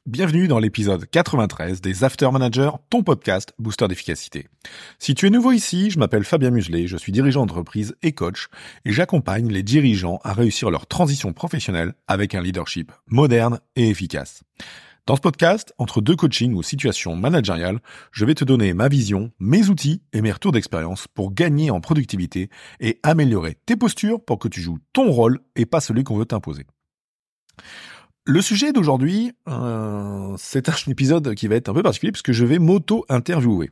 Bienvenue dans l'épisode 93 des After Managers, ton podcast booster d'efficacité. Si tu es nouveau ici, je m'appelle Fabien Muselet, je suis dirigeant d'entreprise et coach et j'accompagne les dirigeants à réussir leur transition professionnelle avec un leadership moderne et efficace. Dans ce podcast, entre deux coachings ou situations managériales, je vais te donner ma vision, mes outils et mes retours d'expérience pour gagner en productivité et améliorer tes postures pour que tu joues ton rôle et pas celui qu'on veut t'imposer. Le sujet d'aujourd'hui, c'est un épisode qui va être un peu particulier puisque je vais m'auto-interviewer.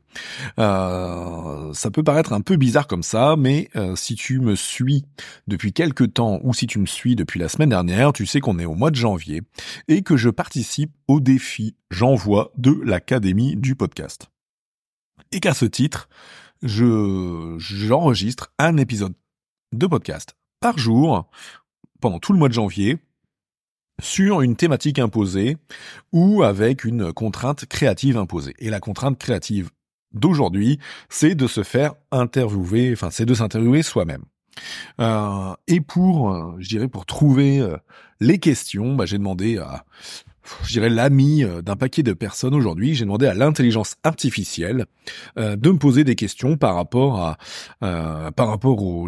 Ça peut paraître un peu bizarre comme ça, mais si tu me suis depuis quelques temps ou si tu me suis depuis la semaine dernière, tu sais qu'on est au mois de janvier et que je participe au défi J'envoie de l'Académie du podcast. Et qu'à ce titre, j'enregistre un épisode de podcast par jour pendant tout le mois de janvier, sur une thématique imposée ou avec une contrainte créative imposée. Et la contrainte créative d'aujourd'hui, c'est de se faire interviewer, c'est de s'interviewer soi-même. Et pour trouver les questions, j'ai demandé à, l'ami d'un paquet de personnes aujourd'hui, j'ai demandé à l'intelligence artificielle de me poser des questions par rapport au,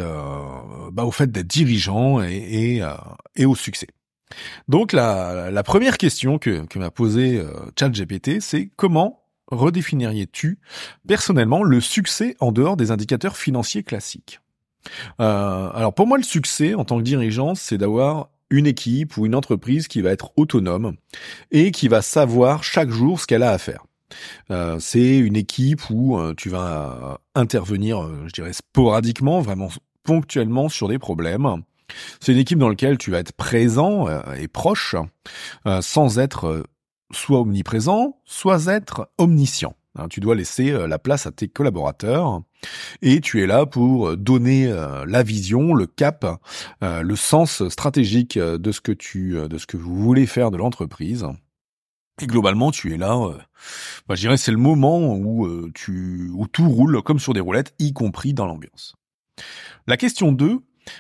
au fait d'être dirigeant et au succès. Donc la première question que m'a posée ChatGPT, c'est comment redéfiniriez-tu personnellement le succès en dehors des indicateurs financiers classiques ? Alors pour moi, le succès en tant que dirigeant, c'est d'avoir une équipe ou une entreprise qui va être autonome et qui va savoir chaque jour ce qu'elle a à faire. C'est une équipe où tu vas intervenir, sporadiquement, vraiment ponctuellement sur des problèmes. C'est une équipe dans laquelle tu vas être présent et proche, sans être soit omniprésent, soit être omniscient. Tu dois laisser la place à tes collaborateurs et tu es là pour donner la vision, le cap, le sens stratégique de ce que vous voulez faire de l'entreprise. Et globalement, tu es là, c'est le moment où tout roule comme sur des roulettes, y compris dans l'ambiance. La question 2,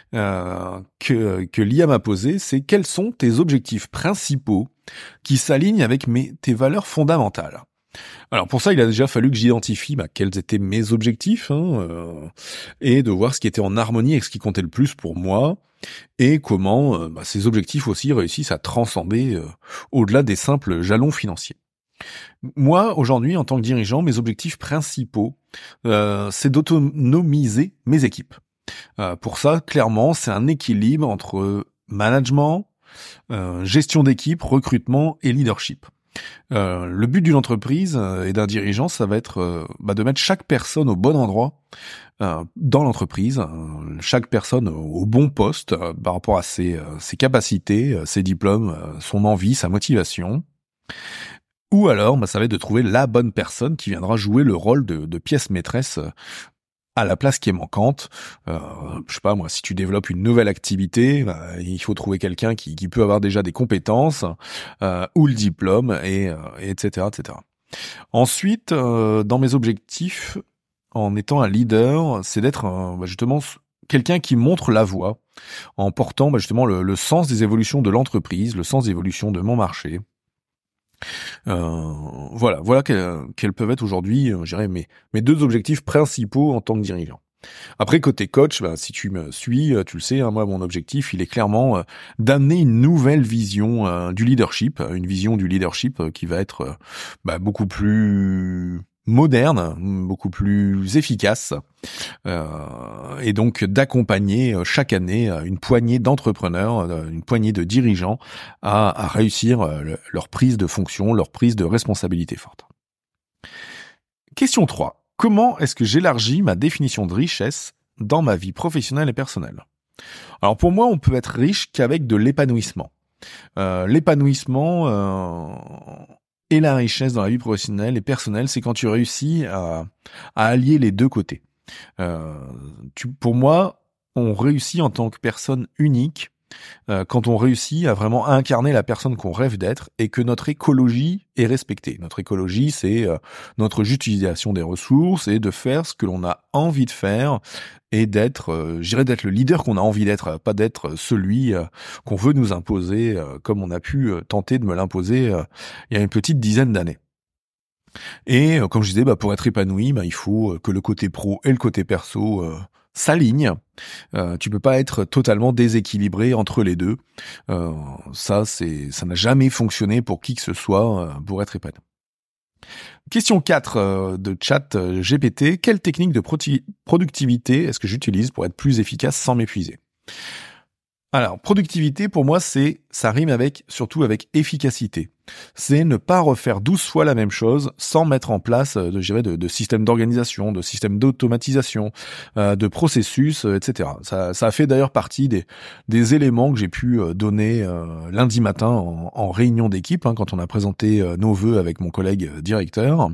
que l'IA m'a posé, c'est quels sont tes objectifs principaux qui s'alignent avec tes valeurs fondamentales. Alors pour ça, il a déjà fallu que j'identifie quels étaient mes objectifs et de voir ce qui était en harmonie avec ce qui comptait le plus pour moi et comment ces objectifs aussi réussissent à transcender au-delà des simples jalons financiers. Moi, aujourd'hui, en tant que dirigeant, mes objectifs principaux, c'est d'autonomiser mes équipes. Pour ça, clairement, c'est un équilibre entre management, gestion d'équipe, recrutement et leadership. Le but d'une entreprise et d'un dirigeant, ça va être de mettre chaque personne au bon endroit dans l'entreprise, chaque personne au bon poste par rapport à ses capacités, ses diplômes, son envie, sa motivation. Ou alors, ça va être de trouver la bonne personne qui viendra jouer le rôle de pièce maîtresse à la place qui est manquante. Si tu développes une nouvelle activité, il faut trouver quelqu'un qui peut avoir déjà des compétences ou le diplôme et etc., etc. Ensuite, dans mes objectifs, en étant un leader, c'est d'être justement quelqu'un qui montre la voie en portant le sens des évolutions de l'entreprise, le sens des évolutions de mon marché. Voilà quels peuvent être aujourd'hui, mes deux objectifs principaux en tant que dirigeant. Après, côté coach, si tu me suis, tu le sais, moi, mon objectif, il est clairement d'amener une nouvelle vision du leadership, une vision du leadership qui va être beaucoup plus moderne, beaucoup plus efficace, et donc d'accompagner chaque année une poignée d'entrepreneurs, une poignée de dirigeants à réussir leur prise de fonction, leur prise de responsabilité forte. Question 3. Comment est-ce que j'élargis ma définition de richesse dans ma vie professionnelle et personnelle ? Alors pour moi, on peut être riche qu'avec de l'épanouissement. L'épanouissement et la richesse dans la vie professionnelle et personnelle, c'est quand tu réussis à allier les deux côtés. Pour moi, on réussit en tant que personne unique quand on réussit à vraiment incarner la personne qu'on rêve d'être et que notre écologie est respectée. Notre écologie, c'est notre juste utilisation des ressources et de faire ce que l'on a envie de faire et d'être, je dirais d'être le leader qu'on a envie d'être, pas d'être celui qu'on veut nous imposer, comme on a pu tenter de me l'imposer il y a une petite dizaine d'années. Et comme je disais, pour être épanoui, il faut que le côté pro et le côté perso s'alignent. Tu peux pas être totalement déséquilibré entre les deux. Ça n'a jamais fonctionné pour qui que ce soit pour être épanoui. Question 4 de chat GPT. Quelle technique de productivité est-ce que j'utilise pour être plus efficace sans m'épuiser ? Alors, productivité, pour moi, ça rime surtout avec efficacité. C'est ne pas refaire 12 fois la même chose sans mettre en place, de systèmes d'organisation, de systèmes d'automatisation, de processus, etc. Ça a fait d'ailleurs partie des éléments que j'ai pu donner lundi matin en réunion d'équipe, quand on a présenté nos vœux avec mon collègue directeur.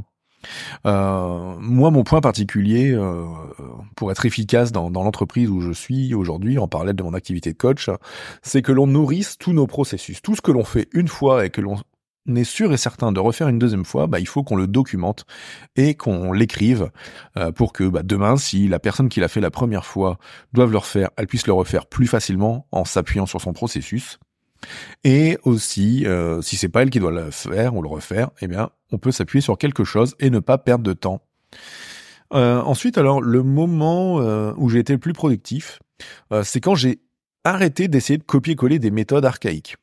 Moi, mon point particulier pour être efficace dans l'entreprise où je suis aujourd'hui, en parallèle de mon activité de coach, c'est que l'on nourrisse tous nos processus. Tout ce que l'on fait une fois et que l'on est sûr et certain de refaire une deuxième fois, il faut qu'on le documente et qu'on l'écrive pour que demain, si la personne qui l'a fait la première fois doit le refaire, elle puisse le refaire plus facilement en s'appuyant sur son processus. Et aussi, si c'est pas elle qui doit le faire ou le refaire, on peut s'appuyer sur quelque chose et ne pas perdre de temps. Ensuite, alors, le moment où j'ai été le plus productif, c'est quand j'ai arrêté d'essayer de copier-coller des méthodes archaïques.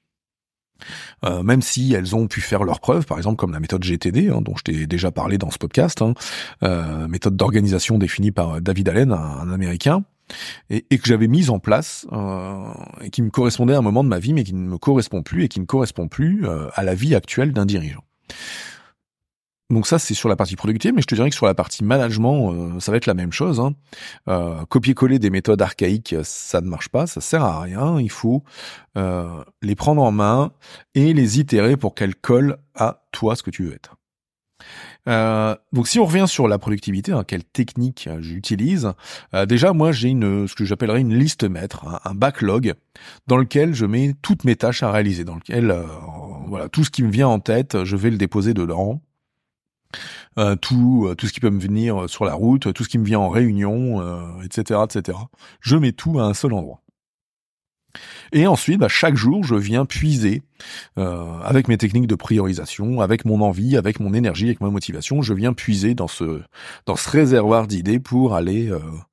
Même si elles ont pu faire leurs preuves, par exemple comme la méthode GTD, dont je t'ai déjà parlé dans ce podcast, méthode d'organisation définie par David Allen, un Américain, et que j'avais mise en place et qui me correspondait à un moment de ma vie, mais qui ne me correspond plus et qui ne correspond plus à la vie actuelle d'un dirigeant. Donc ça, c'est sur la partie productive, mais je te dirais que sur la partie management, ça va être la même chose. Copier-coller des méthodes archaïques, ça ne marche pas, ça sert à rien. Il faut les prendre en main et les itérer pour qu'elles collent à toi ce que tu veux être. Donc si on revient sur la productivité, quelle technique j'utilise, déjà moi j'ai ce que j'appellerais une liste maître, un backlog dans lequel je mets toutes mes tâches à réaliser, dans lequel tout ce qui me vient en tête, je vais le déposer dedans. Tout ce qui peut me venir sur la route, tout ce qui me vient en réunion, etc. Je mets tout à un seul endroit. Et ensuite, chaque jour, je viens puiser avec mes techniques de priorisation, avec mon envie, avec mon énergie, avec ma motivation, je viens puiser dans ce réservoir d'idées pour aller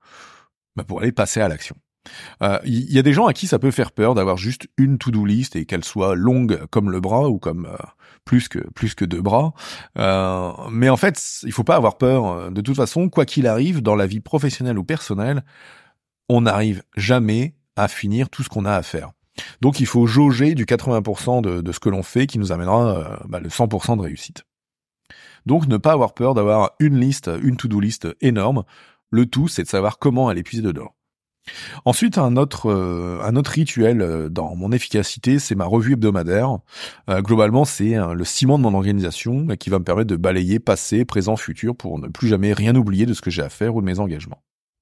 passer à l'action. Il y a des gens à qui ça peut faire peur d'avoir juste une to-do list et qu'elle soit longue comme le bras ou comme plus que 2 bras. Mais en fait, il faut pas avoir peur. De toute façon, quoi qu'il arrive dans la vie professionnelle ou personnelle, on n'arrive jamais à finir tout ce qu'on a à faire. Donc il faut jauger du 80% de ce que l'on fait qui nous amènera le 100% de réussite. Donc ne pas avoir peur d'avoir une to-do list énorme. Le tout, c'est de savoir comment aller puiser dedans. Ensuite, un autre rituel dans mon efficacité, c'est ma revue hebdomadaire. Globalement, c'est le ciment de mon organisation qui va me permettre de balayer passé, présent, futur pour ne plus jamais rien oublier de ce que j'ai à faire ou de mes engagements.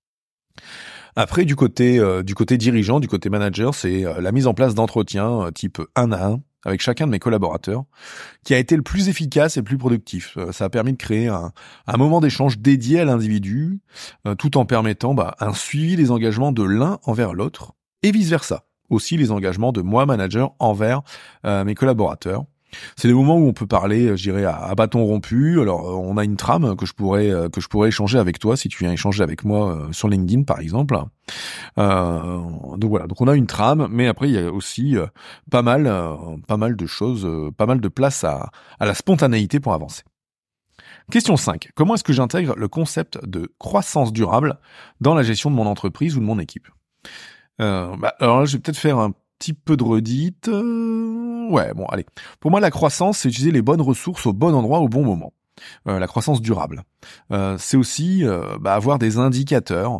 Après, du côté dirigeant, du côté manager, c'est la mise en place d'entretiens type 1 à 1 avec chacun de mes collaborateurs, qui a été le plus efficace et le plus productif. Ça a permis de créer un moment d'échange dédié à l'individu, tout en permettant un suivi des engagements de l'un envers l'autre, et vice-versa. Aussi les engagements de moi, manager, envers mes collaborateurs. C'est des moments où on peut parler, je dirais, à bâton rompu. Alors, on a une trame que je pourrais échanger avec toi si tu viens échanger avec moi sur LinkedIn, par exemple. Donc voilà. Donc on a une trame, mais après il y a aussi pas mal de choses, pas mal de place à la spontanéité pour avancer. Question 5. Comment est-ce que j'intègre le concept de croissance durable dans la gestion de mon entreprise ou de mon équipe ? Alors là, je vais peut-être faire un petit peu de redite. Allez. Pour moi, la croissance, c'est utiliser les bonnes ressources au bon endroit au bon moment. La croissance durable. C'est aussi avoir des indicateurs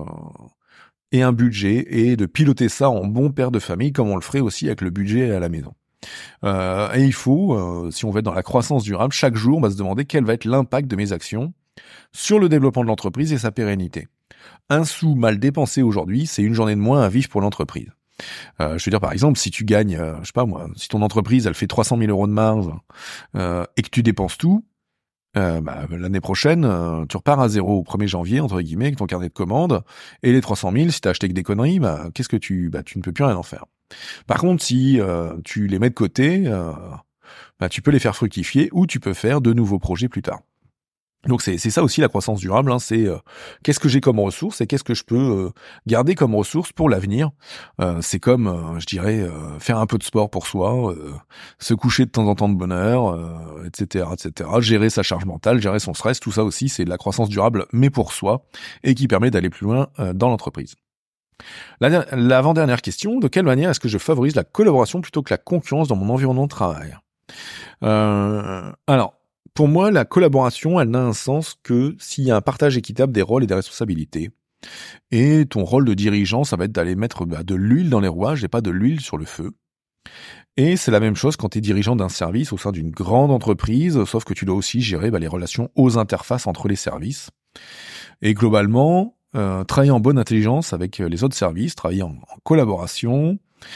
et un budget et de piloter ça en bon père de famille comme on le ferait aussi avec le budget à la maison. Et il faut, si on veut être dans la croissance durable, chaque jour, on va se demander quel va être l'impact de mes actions sur le développement de l'entreprise et sa pérennité. Un sou mal dépensé aujourd'hui, c'est une journée de moins à vivre pour l'entreprise. Je veux dire, par exemple, si tu gagnes, je sais pas moi, si ton entreprise, elle fait 300 000 euros de marge et que tu dépenses tout, l'année prochaine, tu repars à zéro au 1er janvier, entre guillemets, avec ton carnet de commandes, et les 300 000, si t'as acheté que des conneries, qu'est-ce que tu ne peux plus rien en faire. Par contre, si tu les mets de côté, tu peux les faire fructifier ou tu peux faire de nouveaux projets plus tard. Donc c'est ça aussi la croissance durable, c'est qu'est-ce que j'ai comme ressources et qu'est-ce que je peux garder comme ressources pour l'avenir. C'est comme, je dirais, faire un peu de sport pour soi, se coucher de temps en temps de bonne heure, etc., etc. Gérer sa charge mentale, gérer son stress, tout ça aussi c'est de la croissance durable, mais pour soi, et qui permet d'aller plus loin dans l'entreprise. L'avant-dernière question, de quelle manière est-ce que je favorise la collaboration plutôt que la concurrence dans mon environnement de travail ? Alors, pour moi, la collaboration, elle n'a un sens que s'il y a un partage équitable des rôles et des responsabilités. Et ton rôle de dirigeant, ça va être d'aller mettre de l'huile dans les rouages et pas de l'huile sur le feu. Et c'est la même chose quand tu es dirigeant d'un service au sein d'une grande entreprise, sauf que tu dois aussi gérer les relations aux interfaces entre les services. Et globalement, travailler en bonne intelligence avec les autres services, travailler en collaboration,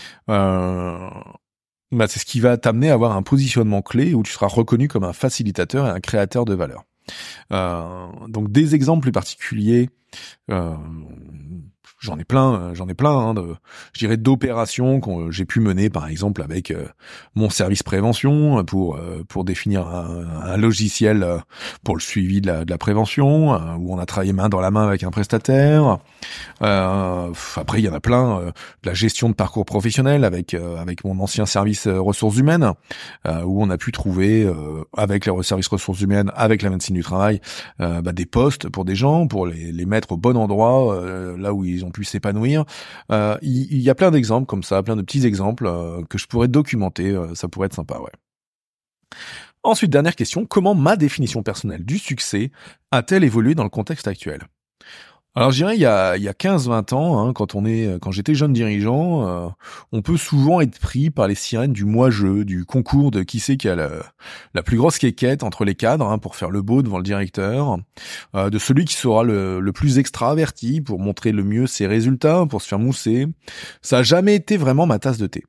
c'est ce qui va t'amener à avoir un positionnement clé où tu seras reconnu comme un facilitateur et un créateur de valeur. Donc des exemples plus particuliers, j'en ai plein, je dirais d'opérations que j'ai pu mener par exemple avec mon service prévention pour définir un logiciel pour le suivi de la prévention, où on a travaillé main dans la main avec un prestataire. Après il y en a plein, de la gestion de parcours professionnel avec mon ancien service ressources humaines, où on a pu trouver avec les services ressources humaines, avec la médecine du travail, des postes pour des gens, pour les mettre au bon endroit, là où ils ont pu s'épanouir. Il y a plein d'exemples comme ça, plein de petits exemples que je pourrais documenter, ça pourrait être sympa, ouais. Ensuite, dernière question, comment ma définition personnelle du succès a-t-elle évolué dans le contexte actuel ? Alors je dirais il y a 15-20 ans, quand j'étais jeune dirigeant, on peut souvent être pris par les sirènes du moi-je, du concours de qui c'est qui a la plus grosse quéquette entre les cadres pour faire le beau devant le directeur, de celui qui sera le plus extraverti pour montrer le mieux ses résultats, pour se faire mousser. Ça a jamais été vraiment ma tasse de thé.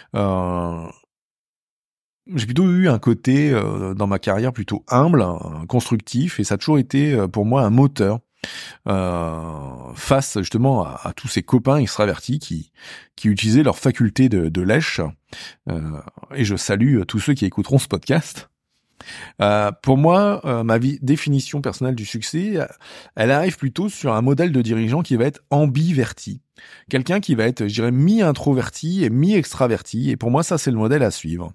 J'ai plutôt eu un côté dans ma carrière plutôt humble, constructif, et ça a toujours été pour moi un moteur. Face justement à tous ces copains extravertis qui utilisaient leur faculté de lèche, et je salue tous ceux qui écouteront ce podcast. Pour moi, ma définition personnelle du succès, elle arrive plutôt sur un modèle de dirigeant qui va être ambiverti. Quelqu'un qui va être, je dirais, mi-introverti et mi-extraverti. Et pour moi, ça, c'est le modèle à suivre.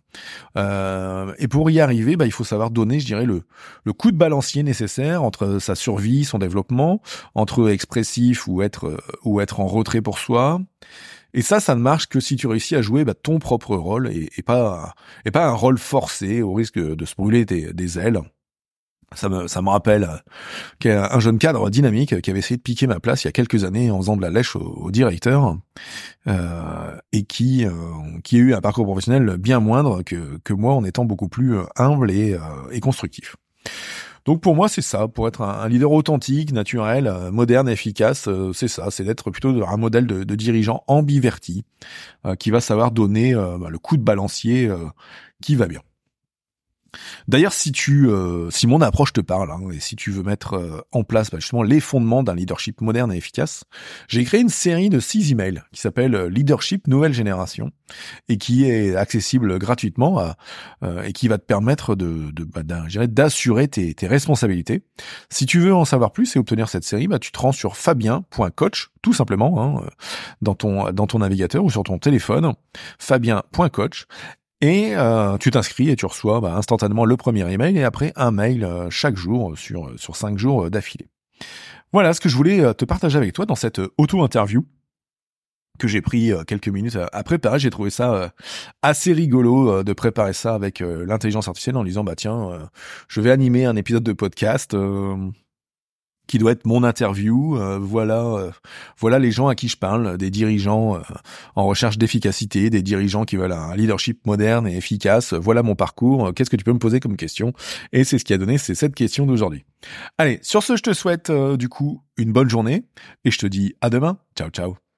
Et pour y arriver, il faut savoir donner, je dirais, le coup de balancier nécessaire entre sa survie, son développement, entre expressif ou être en retrait pour soi. Et ça ne marche que si tu réussis à jouer ton propre rôle et pas un rôle forcé au risque de se brûler des ailes. Ça me rappelle un jeune cadre dynamique qui avait essayé de piquer ma place il y a quelques années en faisant de la lèche au directeur, et qui a eu un parcours professionnel bien moindre que moi, en étant beaucoup plus humble et constructif. Donc pour moi, c'est ça, pour être un leader authentique, naturel, moderne, efficace, c'est ça, c'est d'être plutôt un modèle de dirigeant ambiverti, qui va savoir donner le coup de balancier qui va bien. D'ailleurs, si mon approche te parle, et si tu veux mettre en place justement les fondements d'un leadership moderne et efficace, j'ai créé une série de 6 emails qui s'appelle Leadership Nouvelle Génération et qui est accessible gratuitement et qui va te permettre d'assurer tes responsabilités. Si tu veux en savoir plus et obtenir cette série, tu te rends sur fabien.coach, tout simplement, dans ton navigateur ou sur ton téléphone, fabien.coach. Et tu t'inscris et tu reçois instantanément le premier email et après un mail chaque jour sur 5 jours d'affilée. Voilà ce que je voulais te partager avec toi dans cette auto-interview que j'ai pris quelques minutes à préparer. J'ai trouvé ça assez rigolo de préparer ça avec l'intelligence artificielle en disant je vais animer un épisode de podcast qui doit être mon interview. Voilà les gens à qui je parle, des dirigeants en recherche d'efficacité, des dirigeants qui veulent un leadership moderne et efficace. Voilà mon parcours. Qu'est-ce que tu peux me poser comme question ? Et c'est ce qui a donné, c'est cette question d'aujourd'hui. Allez, sur ce, je te souhaite du coup une bonne journée et je te dis à demain. Ciao, ciao.